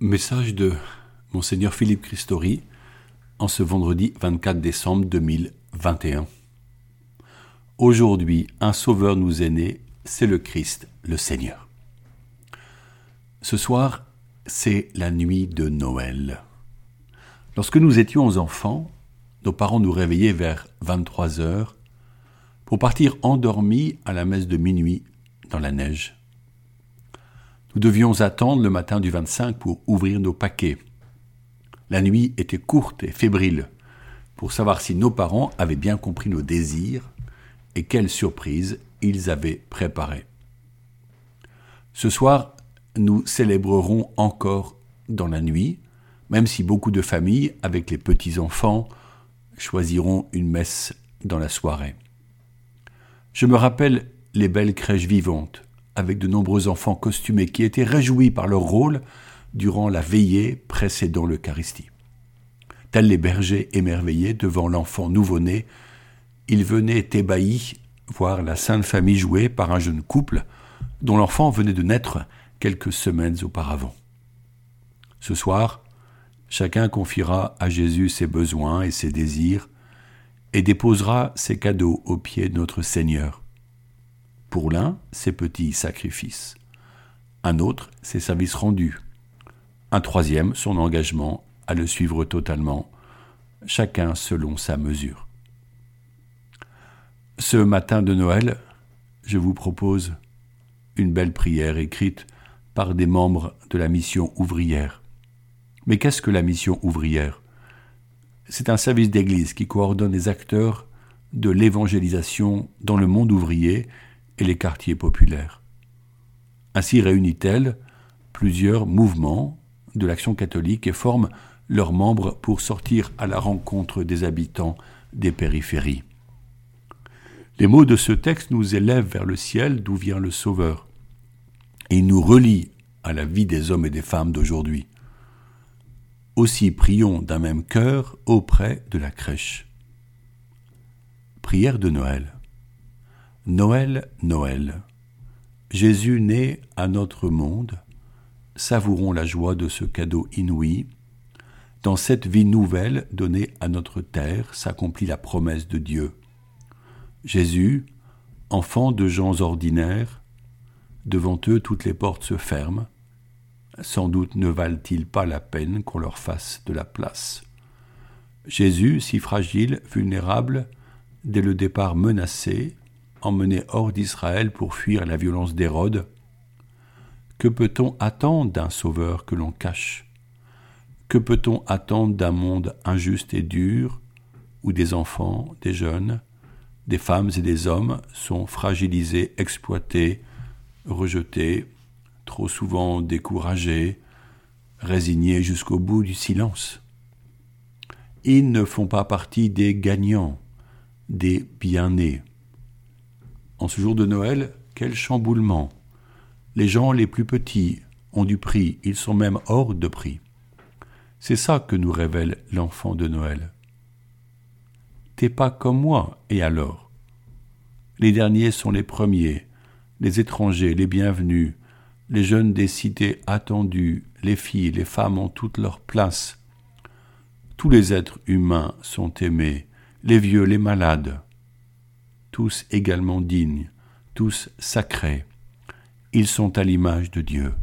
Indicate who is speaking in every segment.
Speaker 1: Message de Monseigneur Philippe Christori en ce vendredi 24 décembre 2021. Aujourd'hui, un sauveur nous est né, c'est le Christ, le Seigneur. Ce soir, c'est la nuit de Noël. Lorsque nous étions enfants, nos parents nous réveillaient vers 23h pour partir endormis à la messe de minuit dans la neige. Nous devions attendre le matin du 25 pour ouvrir nos paquets. La nuit était courte et fébrile pour savoir si nos parents avaient bien compris nos désirs et quelle surprise ils avaient préparée. Ce soir, nous célébrerons encore dans la nuit, même si beaucoup de familles, avec les petits-enfants, choisiront une messe dans la soirée. Je me rappelle les belles crèches vivantes, avec de nombreux enfants costumés qui étaient réjouis par leur rôle durant la veillée précédant l'Eucharistie. Tels les bergers émerveillés devant l'enfant nouveau-né, ils venaient ébahis voir la Sainte Famille jouée par un jeune couple dont l'enfant venait de naître quelques semaines auparavant. Ce soir, chacun confiera à Jésus ses besoins et ses désirs et déposera ses cadeaux aux pieds de notre Seigneur. Pour l'un, ses petits sacrifices. Un autre, ses services rendus. Un troisième, son engagement à le suivre totalement, chacun selon sa mesure. Ce matin de Noël, je vous propose une belle prière écrite par des membres de la mission ouvrière. Mais qu'est-ce que la mission ouvrière ? C'est un service d'église qui coordonne les acteurs de l'évangélisation dans le monde ouvrier et les quartiers populaires. Ainsi réunit-elle plusieurs mouvements de l'action catholique et forme leurs membres pour sortir à la rencontre des habitants des périphéries. Les mots de ce texte nous élèvent vers le ciel d'où vient le Sauveur et ils nous relient à la vie des hommes et des femmes d'aujourd'hui. Aussi prions d'un même cœur auprès de la crèche. Prière de Noël. Noël, Noël. Jésus naît à notre monde. Savourons la joie de ce cadeau inouï. Dans cette vie nouvelle donnée à notre terre s'accomplit la promesse de Dieu. Jésus, enfant de gens ordinaires, devant eux toutes les portes se ferment. Sans doute ne valent-ils pas la peine qu'on leur fasse de la place. Jésus, si fragile, vulnérable, dès le départ menacé, emmené hors d'Israël pour fuir la violence d'Hérode. Que peut-on attendre d'un sauveur que l'on cache ? Que peut-on attendre d'un monde injuste et dur, où des enfants, des jeunes, des femmes et des hommes sont fragilisés, exploités, rejetés, trop souvent découragés, résignés jusqu'au bout du silence ? Ils ne font pas partie des gagnants, des bien-nés. En ce jour de Noël, quel chamboulement! Les gens les plus petits ont du prix, ils sont même hors de prix. C'est ça que nous révèle l'enfant de Noël. T'es pas comme moi, et alors ? Les derniers sont les premiers, les étrangers, les bienvenus, les jeunes des cités attendues, les filles, les femmes ont toute leur place. Tous les êtres humains sont aimés, les vieux, les malades. Tous également dignes, tous sacrés. Ils sont à l'image de Dieu.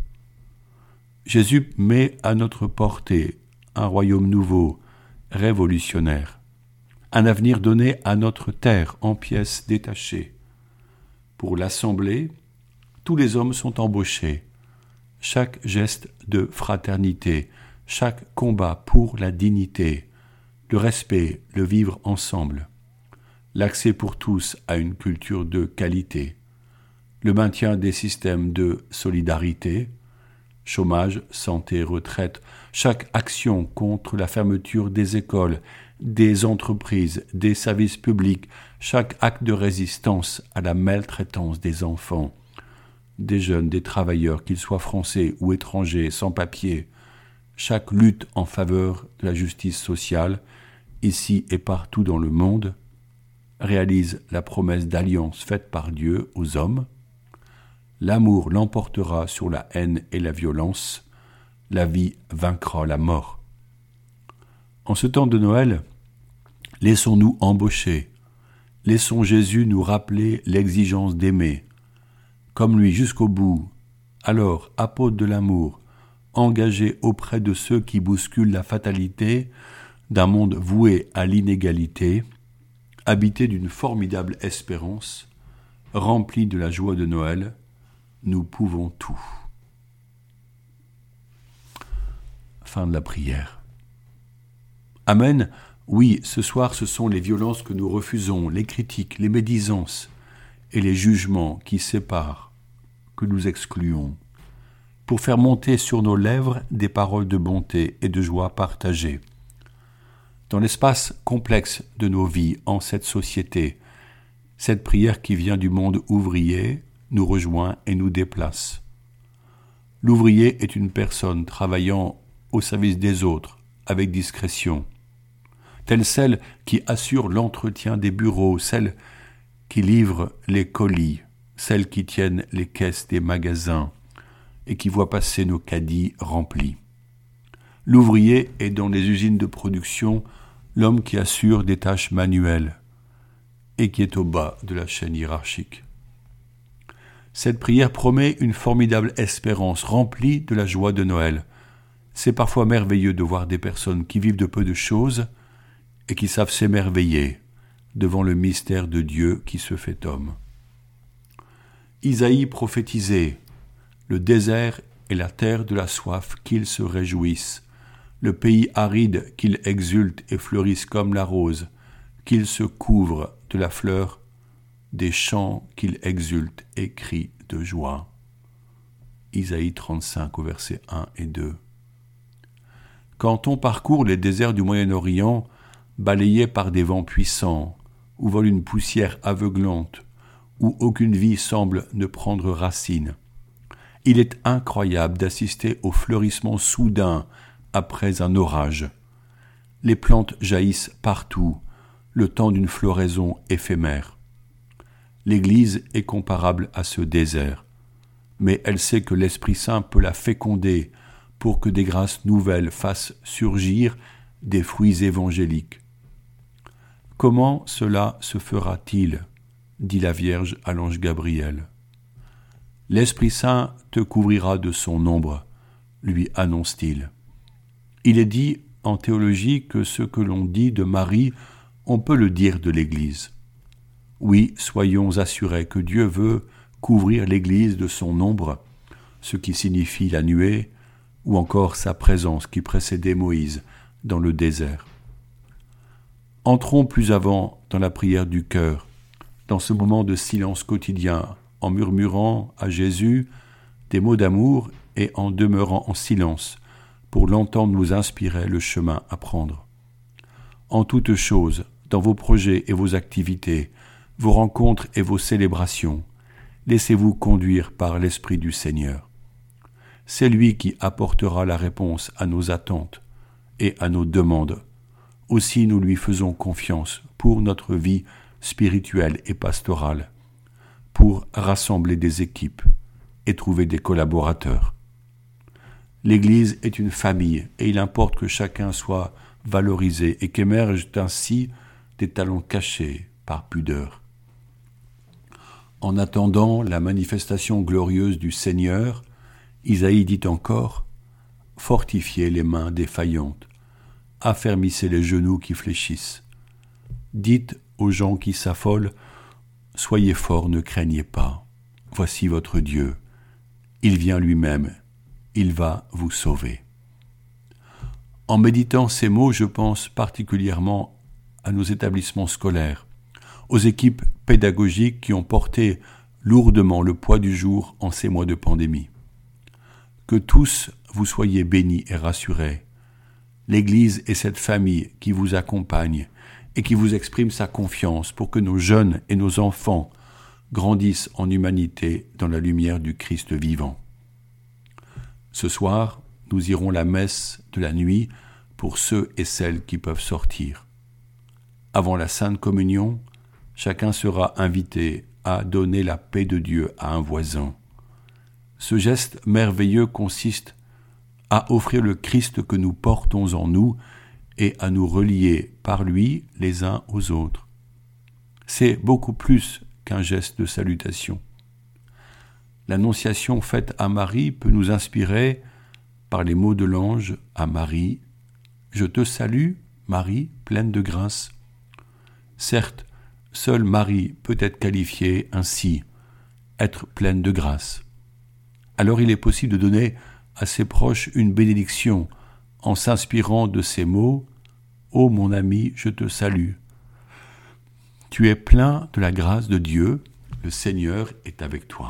Speaker 1: Jésus met à notre portée un royaume nouveau, révolutionnaire, un avenir donné à notre terre en pièces détachées. Pour l'assembler, tous les hommes sont embauchés. Chaque geste de fraternité, chaque combat pour la dignité, le respect, le vivre ensemble. L'accès pour tous à une culture de qualité, le maintien des systèmes de solidarité, chômage, santé, retraite, chaque action contre la fermeture des écoles, des entreprises, des services publics, chaque acte de résistance à la maltraitance des enfants, des jeunes, des travailleurs, qu'ils soient français ou étrangers, sans papier, chaque lutte en faveur de la justice sociale, ici et partout dans le monde, réalise la promesse d'alliance faite par Dieu aux hommes. L'amour l'emportera sur la haine et la violence. la vie vaincra la mort. En ce temps de Noël, laissons-nous embaucher, laissons Jésus nous rappeler l'exigence d'aimer, comme lui jusqu'au bout, alors apôtre de l'amour, engagé auprès de ceux qui bousculent la fatalité d'un monde voué à l'inégalité, habité d'une formidable espérance, rempli de la joie de Noël, nous pouvons tout. Fin de la prière. Amen. Oui, ce soir, ce sont les violences que nous refusons, les critiques, les médisances et les jugements qui séparent, que nous excluons, pour faire monter sur nos lèvres des paroles de bonté et de joie partagées. Dans l'espace complexe de nos vies, en cette société, cette prière qui vient du monde ouvrier nous rejoint et nous déplace. L'ouvrier est une personne travaillant au service des autres, avec discrétion, telle celle qui assure l'entretien des bureaux, celle qui livre les colis, celles qui tiennent les caisses des magasins et qui voient passer nos caddies remplis. L'ouvrier est dans les usines de production l'homme qui assure des tâches manuelles et qui est au bas de la chaîne hiérarchique. Cette prière promet une formidable espérance remplie de la joie de Noël. C'est parfois merveilleux de voir des personnes qui vivent de peu de choses et qui savent s'émerveiller devant le mystère de Dieu qui se fait homme. Isaïe prophétisait « Le désert et la terre de la soif, qu'ils se réjouissent, le pays aride, qu'il exulte et fleurisse comme la rose, qu'il se couvre de la fleur, des champs qu'il exulte et crie de joie. » Isaïe 35 au verset 1 et 2. Quand on parcourt les déserts du Moyen-Orient, balayés par des vents puissants, où vole une poussière aveuglante, où aucune vie semble ne prendre racine, il est incroyable d'assister au fleurissement soudain après un orage. Les plantes jaillissent partout, le temps d'une floraison éphémère. L'Église est comparable à ce désert, mais elle sait que l'Esprit Saint peut la féconder pour que des grâces nouvelles fassent surgir des fruits évangéliques. Comment cela se fera-t-il ? Dit la Vierge à l'ange Gabriel. L'Esprit Saint te couvrira de son ombre, lui annonce-t-il. Il est dit en théologie que ce que l'on dit de Marie, on peut le dire de l'Église. Oui, soyons assurés que Dieu veut couvrir l'Église de son ombre, ce qui signifie la nuée, ou encore sa présence qui précédait Moïse dans le désert. Entrons plus avant dans la prière du cœur, dans ce moment de silence quotidien, en murmurant à Jésus des mots d'amour et en demeurant en silence pour l'entendre nous inspirer le chemin à prendre. En toutes choses, dans vos projets et vos activités, vos rencontres et vos célébrations, laissez-vous conduire par l'Esprit du Seigneur. C'est lui qui apportera la réponse à nos attentes et à nos demandes. Aussi nous lui faisons confiance pour notre vie spirituelle et pastorale, pour rassembler des équipes et trouver des collaborateurs. L'Église est une famille et il importe que chacun soit valorisé et qu'émergent ainsi des talents cachés par pudeur. En attendant la manifestation glorieuse du Seigneur, Isaïe dit encore « Fortifiez les mains défaillantes, affermissez les genoux qui fléchissent. Dites aux gens qui s'affolent « Soyez forts, ne craignez pas. Voici votre Dieu. Il vient lui-même. Il va vous sauver. » En méditant ces mots, je pense particulièrement à nos établissements scolaires, aux équipes pédagogiques qui ont porté lourdement le poids du jour en ces mois de pandémie. Que tous vous soyez bénis et rassurés. L'Église est cette famille qui vous accompagne et qui vous exprime sa confiance pour que nos jeunes et nos enfants grandissent en humanité dans la lumière du Christ vivant. Ce soir, nous irons la messe de la nuit pour ceux et celles qui peuvent sortir. Avant la Sainte Communion, chacun sera invité à donner la paix de Dieu à un voisin. Ce geste merveilleux consiste à offrir le Christ que nous portons en nous et à nous relier par lui les uns aux autres. C'est beaucoup plus qu'un geste de salutation. L'annonciation faite à Marie peut nous inspirer par les mots de l'ange à Marie. « Je te salue, Marie, pleine de grâce. » Certes, seule Marie peut être qualifiée ainsi, être pleine de grâce. Alors il est possible de donner à ses proches une bénédiction en s'inspirant de ces mots « Ô mon ami, je te salue. Tu es plein de la grâce de Dieu, le Seigneur est avec toi. »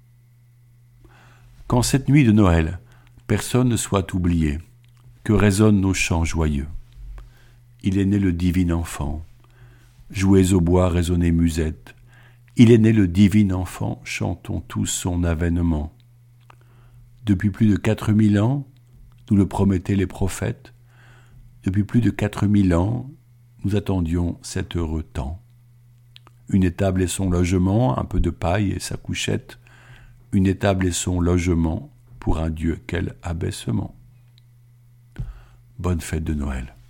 Speaker 1: Qu'en cette nuit de Noël, personne ne soit oublié, que résonnent nos chants joyeux. Il est né le divin enfant. Jouez au bois, résonnez musette. Il est né le divin enfant, chantons tous son avènement. Depuis plus de 4000 ans, nous le promettaient les prophètes. Depuis plus de 4000 ans, nous attendions cet heureux temps. Une étable et son logement, un peu de paille et sa couchette. Une étable et son logement, pour un Dieu quel abaissement. Bonne fête de Noël.